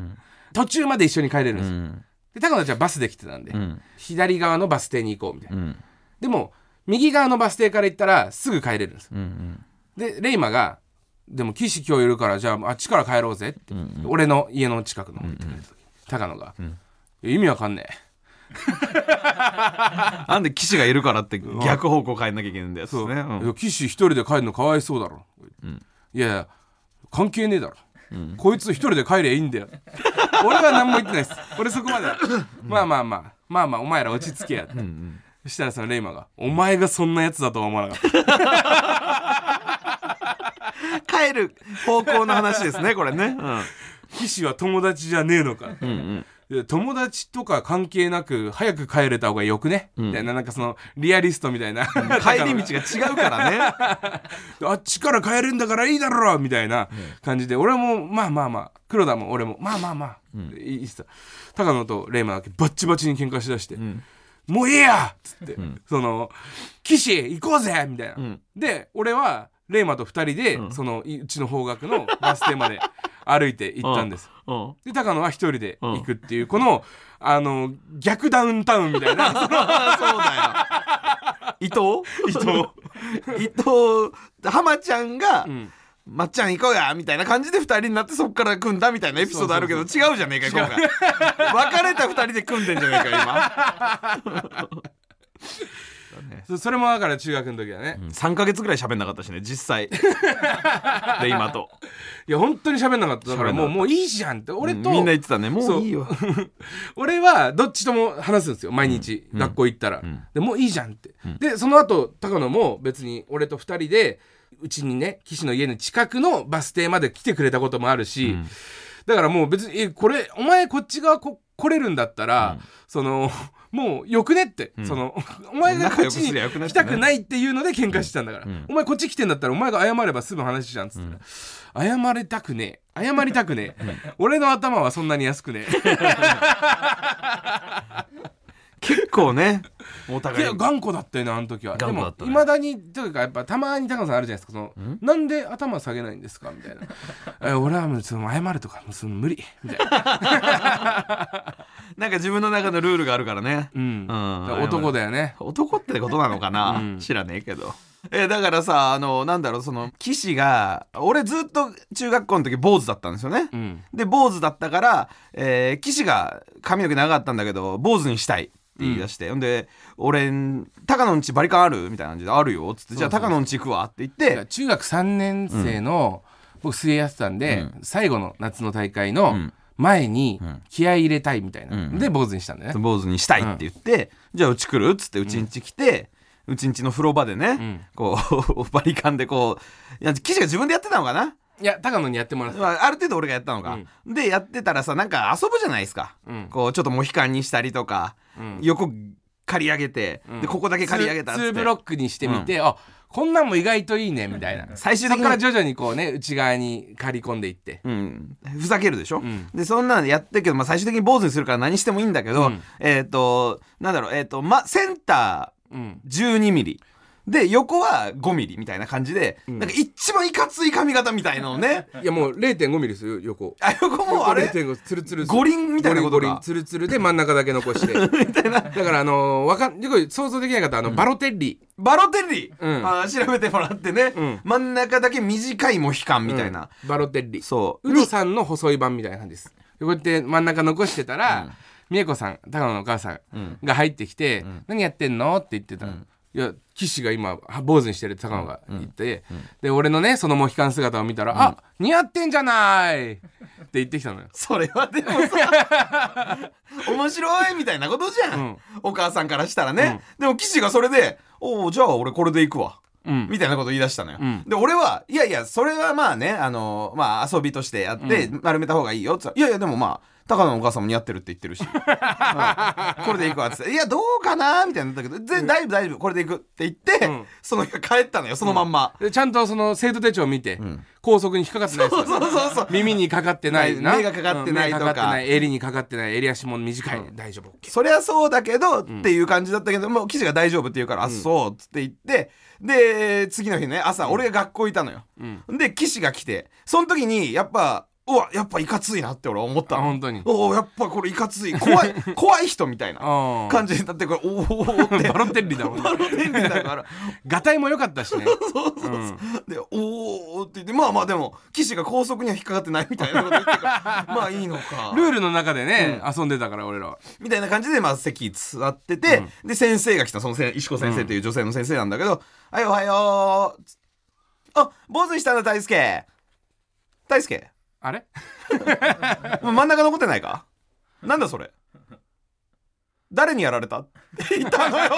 途中まで一緒に帰れるんですよ、 うん、 で高野たちはバスで来てたんで、うん、左側のバス停に行こうみたいな、うん、でも右側のバス停から行ったらすぐ帰れるんです、うんうん、でレイマがでも岸今日いるからじゃああっちから帰ろうぜって、うんうん、俺の家の近くの方に行ってくれた時、うんうん、高野が、うん、意味わかんねえなんで岸がいるからって逆方向帰んなきゃいけないんだよ、そうね、 うん、岸一人で帰るのかわいそうだろ、うん、いやいや関係ねえだろ、うん、こいつ一人で帰りゃいいんだよ俺は何も言ってないです俺そこまでまあまあまあまあまあお前ら落ち着けやって、うんうん、そしたらそのレイマがお前がそんなやつだとは思わなかった帰る方向の話ですねこれね、うん、 岸は友達じゃねえのか、うんうん、友達とか関係なく早く帰れた方がよくね、うん、みたいななんかそのリアリストみたいな、うん、 帰り道が違うからねあっちから帰るんだからいいだろみたいな感じで、俺もまあまあまあ黒田も俺もまあまあまあ、うん、いいっす高野とレイマだけバッチバチに喧嘩しだして、うん、もういいやっつって、うん、その岸行こうぜみたいな、うん、で俺はレイマとふたりで、うん、そのうちの方角のバス停まで歩いて行ったんですで高野は一人で行くっていうこのあの逆ダウンタウンみたいなそうだよ伊藤伊藤伊藤浜ちゃんが、うん、まっちゃん行こうやみたいな感じでふたりになってそっから組んだみたいなエピソードあるけどそうそうそう違うじゃねえか今回別れたふたりで組んでんじゃねえか今そ, それもだから中学の時はね、 うん、さんかげつぐらい喋んなかったしね実際で今といや本当に喋んなかっただからもうもういいじゃんって俺と、 うん、みんな言ってたねもういいよ俺はどっちとも話すんですよ毎日、うん、学校行ったら、うん、でもういいじゃんって、うん、でその後高野も別に俺とふたりでうちにね岸の家の近くのバス停まで来てくれたこともあるし、うん、だからもう別にこれお前こっち側こ来れるんだったら、うん、そのもうよくねって、うん、そのお前がこっちに来たくないっていうので喧嘩してたんだから、うん、お前こっち来てんだったらお前が謝れば済む話じゃんっつったら、うん、謝れたくねえ謝りたくねえ俺の頭はそんなに安くねえ結構ねお互いいや頑固だったよねあの時は、ね、でもいまだにというかやっぱたまに高野さんあるじゃないですかそのなんで頭下げないんですかみたいなえ俺はもうその謝るとかもうその無理みたいななんか自分の中のルールがあるからね、 うんうん、男だよね男ってことなのかな、うん、知らねえけどえだからさあのなんだろうその岸が俺ずっと中学校の時坊主だったんですよね、うん、で坊主だったから、えー、岸が髪の毛長かったんだけど坊主にしたいって言い出して、うん、んで俺高野んちバリカンあるみたいな感じであるよっつってじゃあ高野んち行くわって言って中学さんねん生の、うん、僕水泳やってたんで、うん、最後の夏の大会の、うん前に気合い入れたいみたいな、うん、で坊主にしたんだね坊主にしたいって言って、うん、じゃあうち来るっつってうちんち来て、うん、うちんちの風呂場でね、うん、こうバリカンでこういや岸が自分でやってたのかないや高野にやってもらった、 まあ、ある程度俺がやったのか、うん、でやってたらさなんか遊ぶじゃないですか、うん、こうちょっとモヒカンにしたりとか、うん、横刈り上げて、うん、でここだけ刈り上げたっつってツーブロックにしてみて、うん、あこんなんも意外といいねみたいな最終的にそこから徐々にこうね内側に刈り込んでいって、うん、 ふざけるでしょ、うん、でそんなのやってるけど、まあ、最終的に坊主にするから何してもいいんだけど、うん、えっ、ー、となんだろうえっ、ー、と、ま、センターじゅうにミリ、うん、で横はごミリみたいな感じで、うん、なんか一番いかつい髪型みたいなのねいやもう れいてんごミリですよ横あ横もあれれいてんご ツルツル五輪みたいなことかゴリンツルツルで真ん中だけ残してみたいなだからあのー、わかん想像できない方あの、うん、バロテッリバロテッリ、うん、あ調べてもらってね、うん、真ん中だけ短いモヒカンみたいな、 うん、バロテッリそうウドさんの細い版みたいな感じですこうやって真ん中残してたら、うん、美恵子さん高野のお母さんが入ってきて、うん、何やってんのって言ってたの、うんいや岸が今坊主にしてるって高野が言って、うんうん、で俺のねそのモヒカン姿を見たら、うん、あ似合ってんじゃないって言ってきたのよそれはでもさ面白いみたいなことじゃん、うん、お母さんからしたらね、うん、でも岸がそれでおおじゃあ俺これで行くわ、うん、みたいなこと言い出したのよ、うん、で俺はいやいやそれはまあねあのまあ遊びとしてやって丸めた方がいいよって言ったらいやいやでもまあ高野のお母さんも似合ってるって言ってるし、うん、これでいくわって言っていやどうかなみたいになったけど全然大丈夫大丈夫これでいくって言って、うん、その日帰ったのよそのまんま、 うん、でちゃんとその生徒手帳を見て、うん、高速に引っかかってないですそうそうそうそう耳にかかってないな目がかかってないとか、うん、目がかかってない襟にかかってない襟足も短い、うん、大丈夫 OK そりゃそうだけど、うん、っていう感じだったけどもう記事が大丈夫って言うから、うん、あそうっつって言ってで次の日ね朝、うん、俺が学校いたのよ、うん、で岸が来てその時にやっぱうわやっぱいかついなって俺は思ったの。 本当におおやっぱこれいかつい怖い怖い人みたいな感じになってこれおおってバロテッリだもんねバロテッリだからガタイも良かったしねそうそうそう、うん、でおおって言ってまあまあでも岸が高速には引っかかってないみたいなこと言ってからまあいいのかルールの中でね、うん、遊んでたから俺らはみたいな感じでまあ席座ってて、うん、で先生が来たその石子先生という女性の先生なんだけど、うん、はいおはようあ坊主にしたんだ大輔大輔あれ真ん中残ってないかなんだそれ誰にやられたって言ったのよ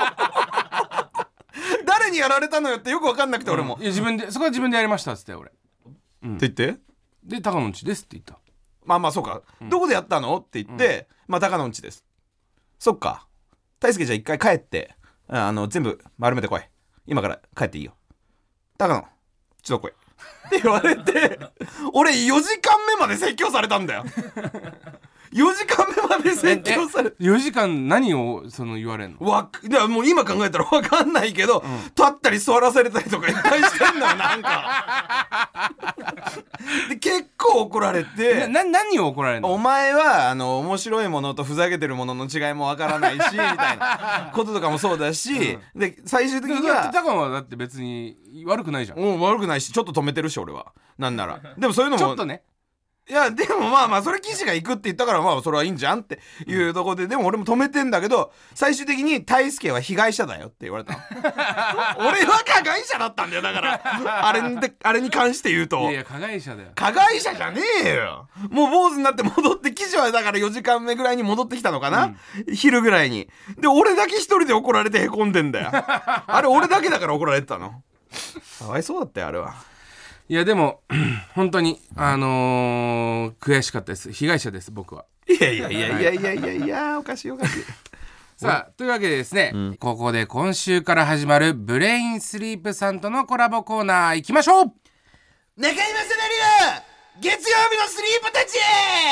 誰にやられたのよってよく分かんなくて俺も、 うん、いや自分でそこは自分でやりましたっつって俺、 うん、って言ってで高野んちですって言った。 まあまあそうか、うん、どこでやったのって言って、うん、まあ高野んちです。そっか大輔じゃあ一回帰ってあの全部丸めてこい今から帰っていいよ高野ちょっと来いって言われて俺よじかんめまで説教されたんだよよじかんめまで説教されよじかん何をその言われんのわいやもう今考えたら分かんないけど、うん、立ったり座らされたりとかいっぱいしてんのよなんかで結構怒られてなな何を怒られんの。 お前はあの面白いものとふざけてるものの違いも分からないしみたいなこととかもそうだし、うん、で最終的には高野はだって別に悪くないじゃん。 うん悪くないしちょっと止めてるし俺はなんならでもそういうのもちょっとねいやでもまあまあそれ岸が行くって言ったからまあそれはいいんじゃんっていうところで、でも俺も止めてんだけど最終的に大輔は被害者だよって言われたの俺は加害者だったんだよだからあれにあれに関して言うといやいや加害者だよ。 加害者じゃねえよもう坊主になって戻って岸はだからよじかんめぐらいに戻ってきたのかな、うん、昼ぐらいにで俺だけ一人で怒られてへこんでんだよあれ俺だけだから怒られてたのかわいそうだったよあれは。 いやでも本当にあのー、悔しかったです。被害者です僕は。 いやいやいやいやいやいやいやおかしいおかしいさあというわけでですね、うん、ここで今週から始まるブレインスリープさんとのコラボコーナー行きましょう。 中居正成の月曜日のスリープたち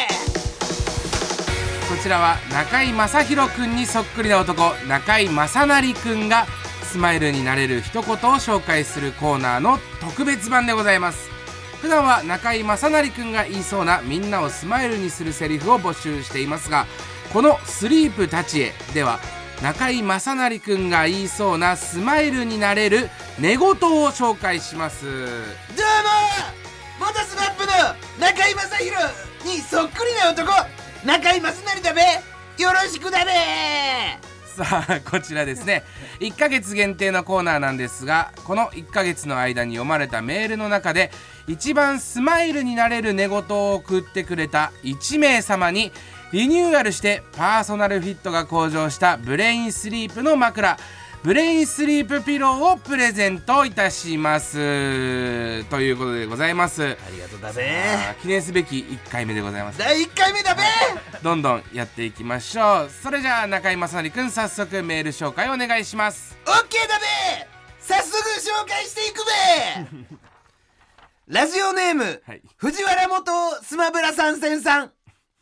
こちらは中居正広くんにそっくりな男中居正成くんがスマイルになれる一言を紹介するコーナーの特別版でございます。普段は中居正成くんが言いそうなみんなをスマイルにするセリフを募集していますが、このスリープ立ちへでは中居正成くんが言いそうなスマイルになれる寝言を紹介します。どうも元スマップの中居正広にそっくりな男中居正成だべよろしくだべ。 さあこちらですねいっかげつ限定のコーナーなんですが、このいっかげつの間に読まれたメールの中で一番スマイルになれる寝言を送ってくれたいちめい様にリニューアルしてパーソナルフィットが向上したブレインスリープの枕ブレインスリープピローをプレゼントいたしますということでございます。 ありがとうだべ。 記念すべきいっかいめでございます。 だいいっかいめだべ。 どんどんやっていきましょう。それじゃあ中居正成くん早速メール紹介お願いします。 オッケーだべ。早速紹介していくべラジオネーム、はい、藤原元スマブラ参戦さん。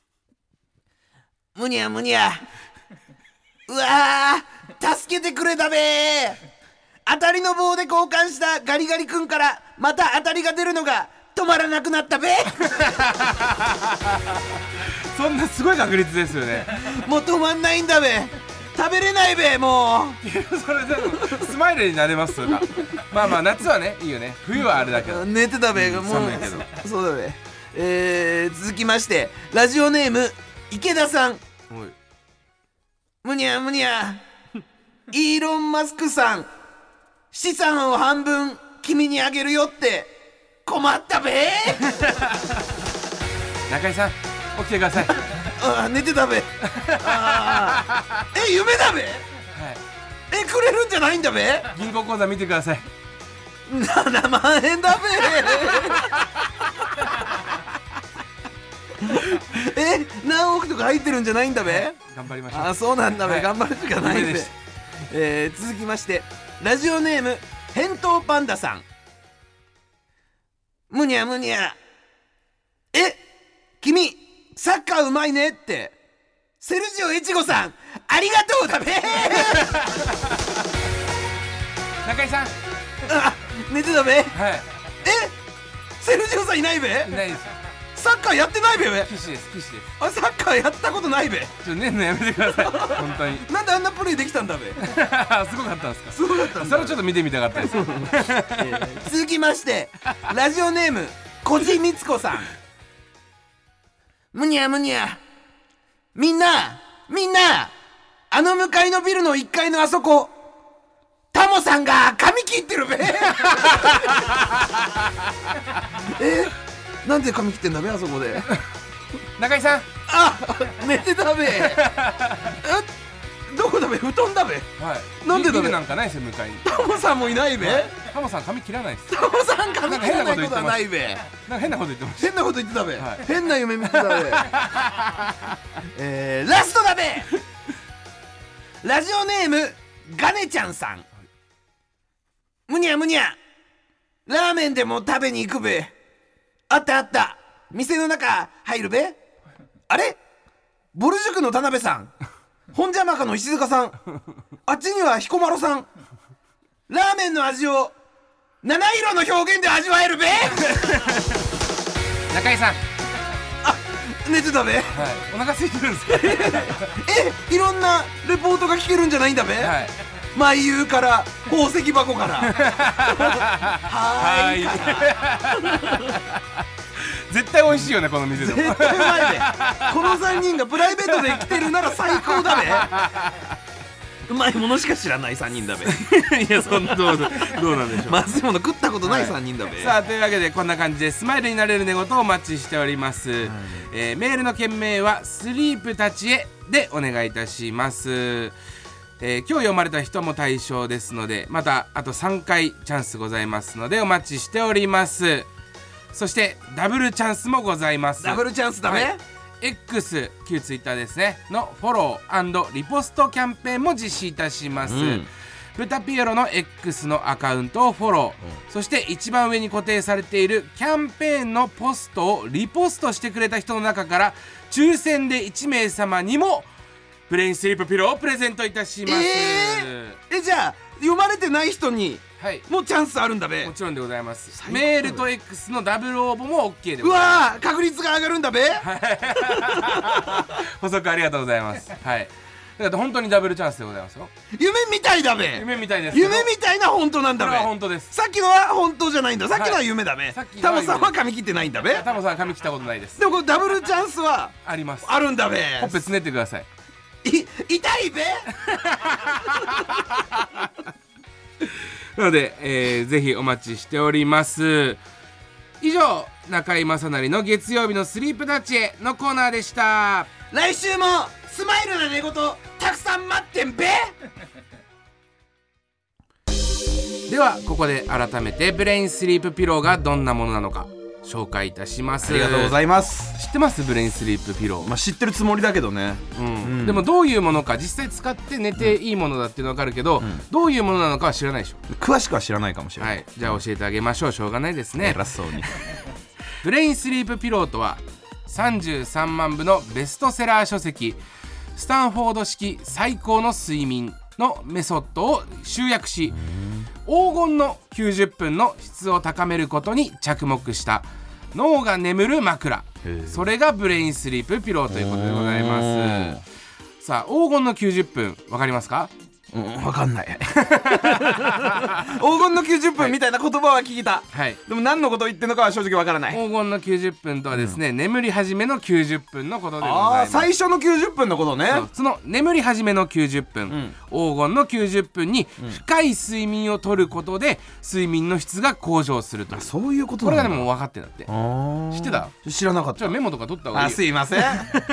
むにゃむにゃうわー助けてくれだべー。当たりの棒で交換したガリガリ君からまた当たりが出るのが止まらなくなったべそんなすごい確率ですよねもう止まんないんだべ。食べれないべもうそれでもスマイルになれますかまあまあ夏はねいいよね、冬はあれだけど寝てたべ、うん、もう寒いけどそうだべ。えー、続きましてラジオネーム池田さん。むにゃむにゃイーロン・マスクさん資産を半分君にあげるよって困ったべ中居さん起きてくださいあ寝てたべあえ夢だべ、はい、えくれるんじゃないんだべ。 銀行口座見てくださいななまんえんだべえ何億とか入ってるんじゃないんだべ、はい、 頑張りましょう。 あそうなんだべ、 はい、 頑張るしかないべ。えー、続きましてラジオネーム返答パンダさん。むにゃむにゃえ君サッカーうまいねってセルジオ越後さんありがとうだべ中居さんあ寝てたべ、はい、えセルジオさんいないべ。 いないです。 サッカーやってないべ俺騎士です騎士ですあサッカーやったことないべちょっとねんのやめてください本当になんであんなプレーできたんだべすごかったんですかすごかったんだそれをちょっと見てみたかったです続きましてラジオネームこじみつこさんむにゃむにゃみんなみんなあの向かいのビルのいっかいのあそこタモさんが髪切ってるべえなんで髪切ってんだべあそこで中井さんあ寝てたべえどこだべ布団だべはいなんでだべビルなんかないですよ向かいにタモさんもいないべ、はい、 タモさん髪切らないですタモさん髪切らないことはないべなんか変なこと言ってました変なこと言ってたべ、 はい、 変な夢見てたべえー、ラストだべラジオネームガネちゃんさんむにゃむにゃラーメンでも食べに行くべあったあった店の中入るべあれボル塾の田辺さん本邪魔かの石塚さんあっちには彦摩呂さんラーメンの味を七色の表現で味わえるべ中井さんあ寝てたべはいお腹空いてるんですかえいろんなレポートが聞けるんじゃないんだべはい毎夕から宝石箱からはーい絶対美味しいよねこの店でも絶対うまいべこのさんにんがプライベートで来てるなら最高だべうまいものしか知らないさんにんだべいやそんなどうどうなんでしょうまずいもの食ったことないさんにんだべ、はい、 さあというわけでこんな感じでスマイルになれる寝言をお待ちしております、はいえー、メールの件名はスリープ立ちへでお願いいたします。えー、今日読まれた人も対象ですのでまたあとさんかいチャンスございますのでお待ちしております。そしてダブルチャンスもございます。 ダブルチャンスだね、はい、 X 旧 Twitter ですねのフォロー&リポストキャンペーンも実施いたします、うん、ブタピエロの X のアカウントをフォロー、うん、そして一番上に固定されているキャンペーンのポストをリポストしてくれた人の中から抽選でいちめい様にもブレインスリープピローをプレゼントいたします。 えー、えじゃあ読まれてない人にもうチャンスあるんだべ。 もちろんでございます。メールと X のダブル応募も OK でございます。うわー確率が上がるんだべ補足ありがとうございます。はいだから本当にダブルチャンスでございますよ。 夢みたいだべ。 夢みたいです。 夢みたいな本当なんだべ。 これは本当です。 さっきのは本当じゃないんだ。さっきのは夢だべ。タモさんは髪切ってないんだべ。 タモさんは髪切ったことないです。 でもこれダブルチャンスはあります。 あるんだべ。 ほっぺつねってください。 い痛いべなので、えー、ぜひお待ちしております。以上中居正成の月曜日のスリープタッチへのコーナーでした。 来週もスマイルな寝言たくさん待ってんべではここで改めてブレインスリープピローがどんなものなのか紹介いたします。 ありがとうございます。 知ってますブレインスリープピロー。 まあ、知ってるつもりだけどね、 うんうん、でもどういうものか実際使って寝ていいものだっていうのは分かるけど、うん、どういうものなのかは知らないでしょ。 詳しくは知らないかもしれない、はい、 じゃあ教えてあげましょう。しょうがないですね。 偉そうにブレインスリープピローとはさんじゅうさんまんぶのベストセラー書籍スタンフォード式最高の睡眠のメソッドを集約し黄金のきゅうじゅっぷんの質を高めることに着目した脳が眠る枕、それがブレインスリープピローということでございます。さあ黄金のきゅうじゅっぷん分かりますか？ うん、分かんない黄金のきゅうじゅっぷんみたいな言葉は聞いた、はい、でも何のことを言ってるのかは正直分からない。 黄金のきゅうじゅっぷんとはですね、うん、眠り始めのきゅうじゅっぷんのことでございます。 あ最初のきゅうじゅっぷんのことね。 そ, その眠り始めのきゅうじゅっぷん、うん、黄金のきゅうじゅっぷんに深い睡眠をとることで睡眠の質が向上するという。 あそういうことなんだ。 これがでも分かってんだって。知ってた？ 知らなかった。 じゃあメモとか取った方がいいよ。 あすいません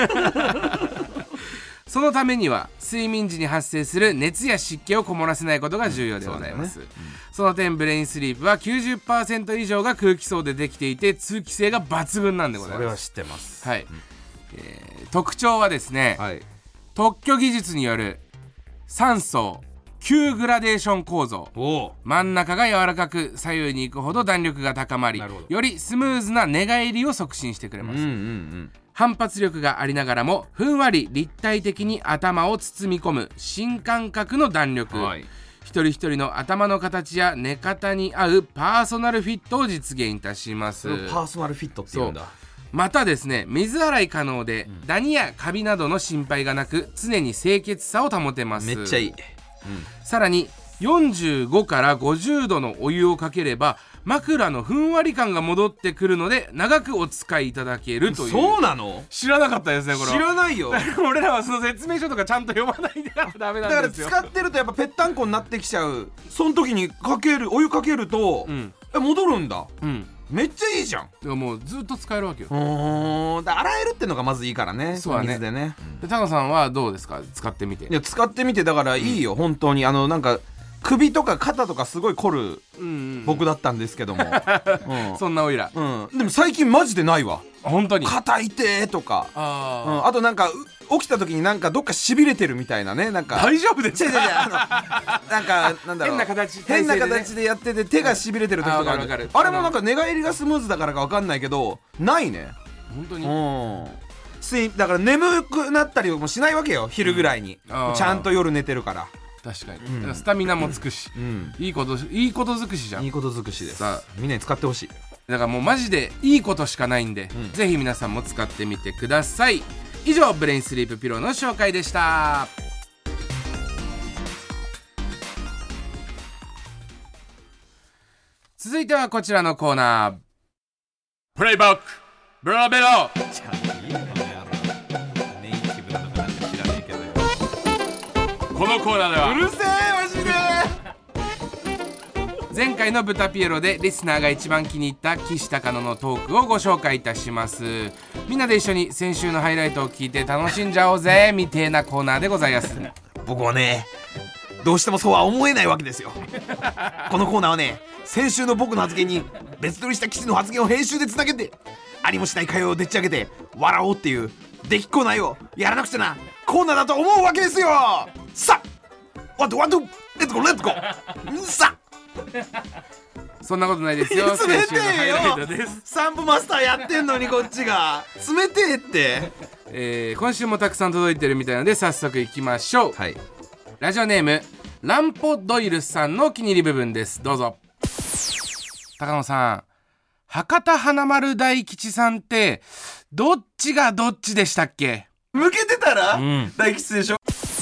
そのためには睡眠時に発生する熱や湿気をこもらせないことが重要でございます、うん そ, ねうん、その点ブレインスリープは きゅうじゅっパーセント 以上が空気層でできていて通気性が抜群なんでございます。 それは知ってます、 はいうんえー、特徴はですね、はい、特許技術によるさん層きゅうグラデーション構造。真ん中が柔らかく左右に行くほど弾力が高まりよりスムーズな寝返りを促進してくれます、うんうんうん反発力がありながらもふんわり立体的に頭を包み込む新感覚の弾力、はい、一人一人の頭の形や寝方に合うパーソナルフィットを実現いたします。 パーソナルフィットって言うんだ。 またですね、水洗い可能で、うん、ダニやカビなどの心配がなく常に清潔さを保てます。 めっちゃいい、うん、 さらによんじゅうごからごじゅうどのお湯をかければ枕のふんわり感が戻ってくるので長くお使いいただけるという。 そうなの？ 知らなかったですねこれは。 知らないよ。 俺らはその説明書とかちゃんと読まないでダメなんですよ。 だから使ってるとやっぱぺったんこになってきちゃう。その時にかけるお湯かけると、うん、え戻るんだ、うん、めっちゃいいじゃん。だからもうずっと使えるわけよ。 うんだ洗えるってのがまずいいからね。 そうだね。 水でね。 でタカさんはどうですか使ってみて。 いや使ってみてだからいいよ、うん、本当にあのなんか首とか肩とかすごい凝る僕だったんですけども、 うんうん、そんなおいら、 うん、でも最近マジでないわ。 本当に肩痛えとか あ,、 あ,、 うん、あとなんか起きた時になんかどっかしびれてるみたいなね。なんか大丈夫ですか？ 違う違う違うあのなんかなんだろう変な形変な形でやってて手がしびれてる時とかある、うん、あ, るあれもなんか寝返りがスムーズだからか分かんないけどないね本当に。 うんだから眠くなったりもしないわけよ昼ぐらいに、うん、ちゃんと夜寝てるから。 確かに、うん、だからスタミナもつくし、うん、いいこといいこと尽くしじゃん。 いいこと尽くしです。さあみんなに使ってほしい。 だからもうマジでいいことしかないんで、うん、ぜひ皆さんも使ってみてください。以上ブレインスリープピローの紹介でした。続いてはこちらのコーナー、プレイバックブラベロ。このコーナーではうるせえマジで前回のブタピエロでリスナーが一番気に入った岸高野のトークをご紹介いたします。みんなで一緒に先週のハイライトを聞いて楽しんじゃおうぜみてえなコーナーでございます。 僕はねどうしてもそうは思えないわけですよこのコーナーはね先週の僕の発言に別撮りした岸の発言を編集でつなげてありもしない会話をでっち上げて笑おうっていうできっこないをやらなくちゃなコーナーだと思うわけですよ。さあワントワントレッツゴーレッツゴーさあそんなことないですよ。 冷てえよサンボマスターやってんのにこっちが冷てえって、 えー、今週もたくさん届いてるみたいなので早速いきましょう、 はい、 ラジオネームランポドイルさんのお気に入り部分です。どうぞ。高野さん、博多華丸大吉さんってどっちがどっちでしたっけ？ 向けてたら、うん、大吉でしょ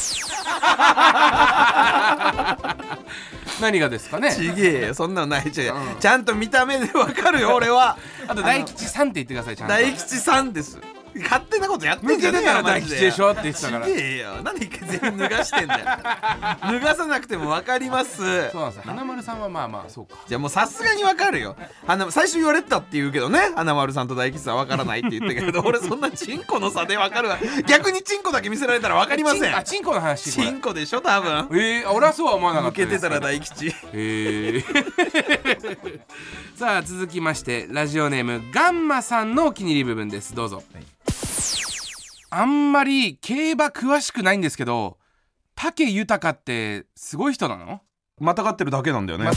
何がですかね。 ちげえよそんなのないちゃ、うん、ちゃんと見た目でわかるよ俺は。 あと大吉さんって言ってください。ちゃんと大吉さんです。勝手なことやってんじゃねえよ。 大吉でしょって言ってたから。 ちげえよなんで一回全部脱がしてんだよ脱がさなくてもわかります。 そうなんですよ。花丸さんはまあまあそうか。 じゃあもうさすがにわかるよ。最初言われてたって言うけどね花丸さんと大吉さんわからないって言ったけど俺そんなチンコの差でわかるわ。逆にチンコだけ見せられたらわかりません。 あチンコの話。 チンコでしょ多分。 えー、俺はそうは思わなかったです。 向けてたら大吉。 えー、さあ続きましてラジオネームガンマさんのお気に入り部分です。どうぞ、はい。あんまり競馬詳しくないんですけど武豊ってすごい人なの？ またがってるだけなんだよね、ま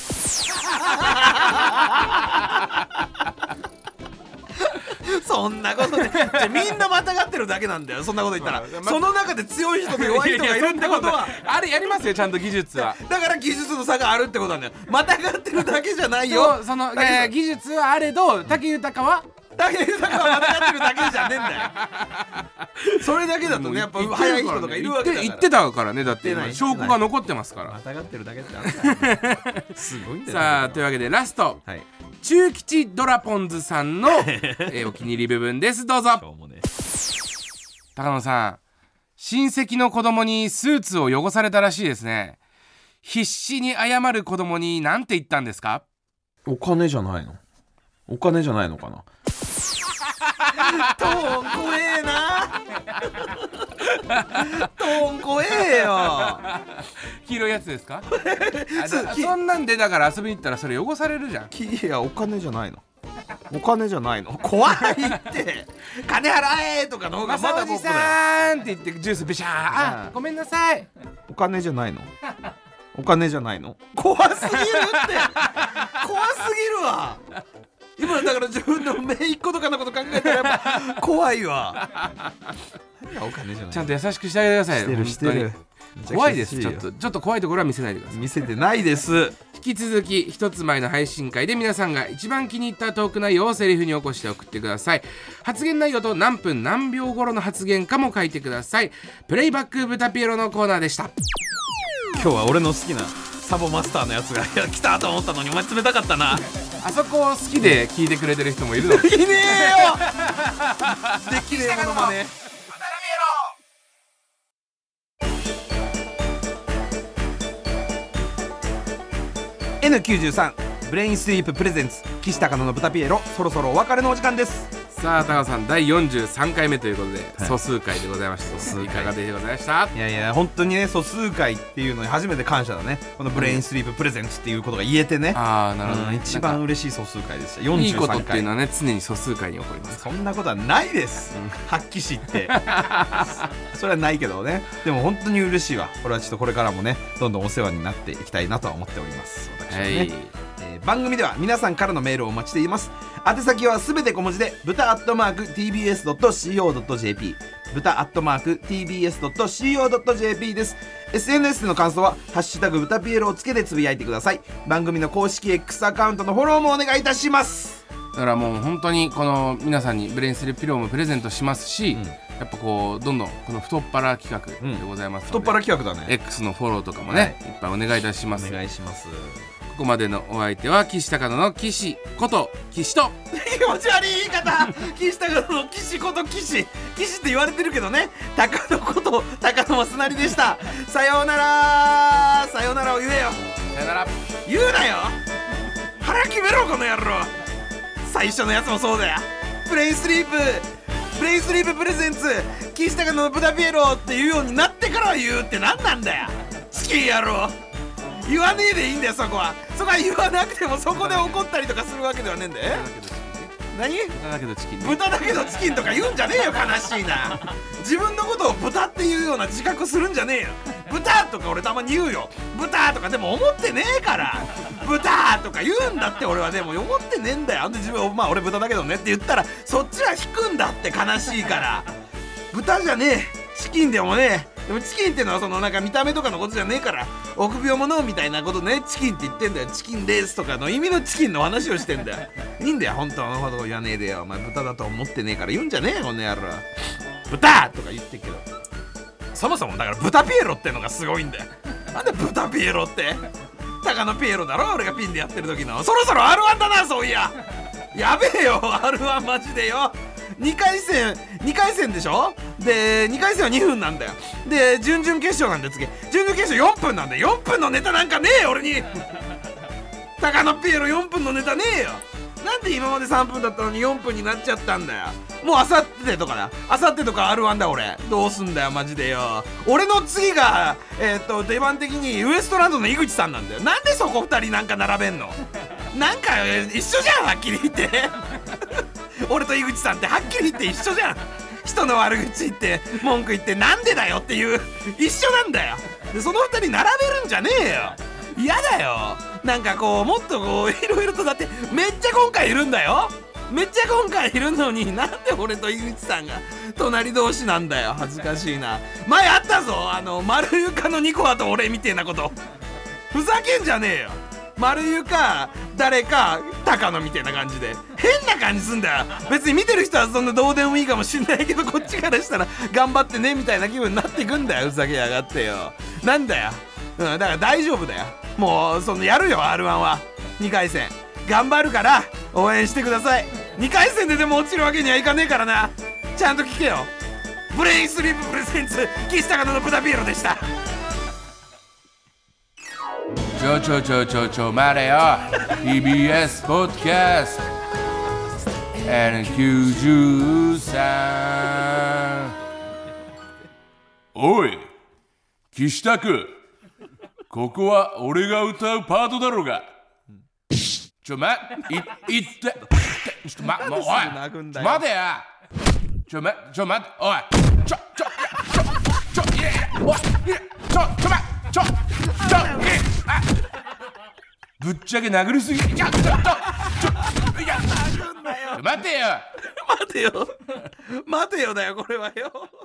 そんなことでじゃみんなまたがってるだけなんだよ。そんなこと言ったら、ま、その中で強い人と弱い人がいるってことはあれやりますよちゃんと技術は。 だから技術の差があるってことなんだよ。またがってるだけじゃないよ。 その技術はあれど武豊は武豊はまたがってるだけじゃねえんだよそれだけだとねやっぱ早い人とかいるわけだから。 言ってたからね。だって証拠が残ってますから。 またがってるだけってあったよすごいんだよ。 さあというわけでラスト、はい、中吉ドラポンズさんの、えー、お気に入り部分です。どうぞ。ね、高野さん親戚の子供にスーツを汚されたらしいですね。必死に謝る子供に何て言ったんですか？ お金じゃないの？お金じゃないのかなトーン怖えなトーン怖えよ黄色いやつですかあそんなんでだから遊びに行ったらそれ汚されるじゃん。 いやお金じゃないのお金じゃないの怖いって金払えとかの方がまだ僕だよ。 さんって言ってジュースビシャーあごめんなさいお金じゃないのお金じゃないの怖すぎるって怖すぎるわ今だから自分の姪っ子とかのこと考えたらやっぱ怖いわお金じゃない。 ちゃんと優しくしてあげてください。 してるしてる怖いです。ちょっとちょっと怖いところは見せないでください。 見せてないです。 引き続き一つ前の配信会で皆さんが一番気に入ったトーク内容をセリフに起こして送ってください。発言内容と何分何秒頃の発言かも書いてください。プレイバックブタピエロのコーナーでした。 今日は俺の好きなサボマスターのやつが来たと思ったのにお前冷たかったな。 あそこ好きで聞いてくれてる人もいるの。いねえよできねえものまね。エヌきゅうじゅうさん ブレインスリーププレゼンツ岸高野のブタピエロ、そろそろお別れのお時間です。 さあ高野さん、だいよんじゅうさんかいめということで、はい、素数回でございました。素数いかがでございました？ いやいや本当にね、素数回っていうのに初めて感謝だね。このブレインスリーププレゼンツっていうことが言えてね、 ああなるほど、ね、 一番嬉しい素数回でした。よんじゅうさんかい。 いいことっていうのはね、常に素数回に起こります。 そんなことはないです、うん、発揮しってそれはないけどね。でも本当に嬉しいわ。これはちょっとこれからもね、どんどんお世話になっていきたいなとは思っております。私はね、はい、えー、番組では皆さんからのメールをお待ちしています。宛先はすべて小文字でブタアットマーク ティービーエスドットシーオードットジェーピー ブタアットマーク ティービーエスドットシーオードットジェーピー です。 エスエヌエス での感想はハッシュタグブタピエロをつけてつぶやいてください。番組の公式 X アカウントのフォローもお願いいたします。 だからもう本当にこの皆さんにブレインスリープピローもプレゼントしますし、うん、やっぱこうどんどんこの太っ腹企画でございますので、 うん、太っ腹企画だね。 X のフォローとかもね、はい、いっぱいお願いいたします。 お願いします。 ここまでのお相手は岸高野の岸こと岸と気持ち悪い言い方岸高野の岸こと岸岸って言われてるけどね、高野こと高野正成でした。さようなら。さようならを言えよ。 さようなら言うなよ。腹決めろこの野郎。最初のやつもそうだよ。ブレインスリープブレインスリーププレゼンツ岸高野のブタピエロって言うようになってから言うって何なんだよ。チキン野郎。言わねえでいいんだよ。そこはそこは言わなくてもそこで怒ったりとかするわけではねえんだよ。何？ 豚だけどチキン、ね、 豚だけどチキンとか言うんじゃねえよ。悲しいな。自分のことを豚っていうような自覚するんじゃねえよ。豚とか俺たまに言うよ。豚とかでも思ってねえから。豚とか言うんだって俺は。でも思ってねえんだよ。で自分まあ俺豚だけどねって言ったらそっちは引くんだって悲しいから。豚じゃねえ。チキンでもねえ。でもチキンってのはそのなんか見た目とかのことじゃねえから、臆病者みたいなことね、チキンって言ってんだよ。チキンですとかの意味のチキンの話をしてんだよ。いいんだよ本当のこと言わねえでよ。お前豚だと思ってねえから言うんじゃねえよこの野郎。豚とか言ってっけど、そもそもだから豚ピエロってのがすごいんだよ。なんで豚ピエロって。高野ピエロだろ俺がピンでやってる時の。そろそろ アールワン だな。そういややべえよ アールワン マジでよ。にかい戦にかい戦でしょ。でにかい戦はにふんなんだよ。で準々決勝なんで次準々決勝よんぷんなんだよ。よんぷんのネタなんかねえよ俺に。高野ピエロよんぷんのネタねえよ。なんで今までさんぷんだったのによんぷんになっちゃったんだよ。もうあさってとかだ。あさってとか アールワン だ俺。どうすんだよマジでよ。俺の次がえー、っと出番的にウエストランドの井口さんなんだよ。なんでそこふたりなんか並べんの。なんか一緒じゃんはっきり言って俺と井口さんってはっきり言って一緒じゃん。人の悪口言って文句言ってなんでだよっていう一緒なんだよ。でそのふたり並べるんじゃねえよ。嫌だよ。なんかこうもっとこういろいろと。だってめっちゃ今回いるんだよ。めっちゃ今回いるのになんで俺と井口さんが隣同士なんだよ。恥ずかしいな。前あったぞあの丸床のニコアと俺みてえなこと。ふざけんじゃねえよ。丸床誰か高野みたいな感じで変な感じすんだよ。別に見てる人はそんなどうでもいいかもしんないけど、こっちからしたら頑張ってねみたいな気分になってくんだよ。ふざけやがってよ。なんだよ、うん、だから大丈夫だよ。もうそのやるよ アールワン はにかい戦頑張るから応援してください。にかい戦ででも落ちるわけにはいかねえからな。ちゃんと聞けよ。ブレインスリーププレゼンツ岸高野のブタピエロでした。 ちょちょちょちょちょ待てよ。 ティービーエス ポッドキャスト エヌきゅうじゅうさん。 おい岸田君、ここは俺が歌うパートだろうが。ちょ待いいってちょっと待、もうおい待てや。ちょ待ちょ待っておいちょちょちょちょいやいやおいちょちょ待ちょちょあぶっちゃけ殴りすぎ。いやちょちょちょいや殴んなよ。待てよ待てよ待てよだよこれはよ。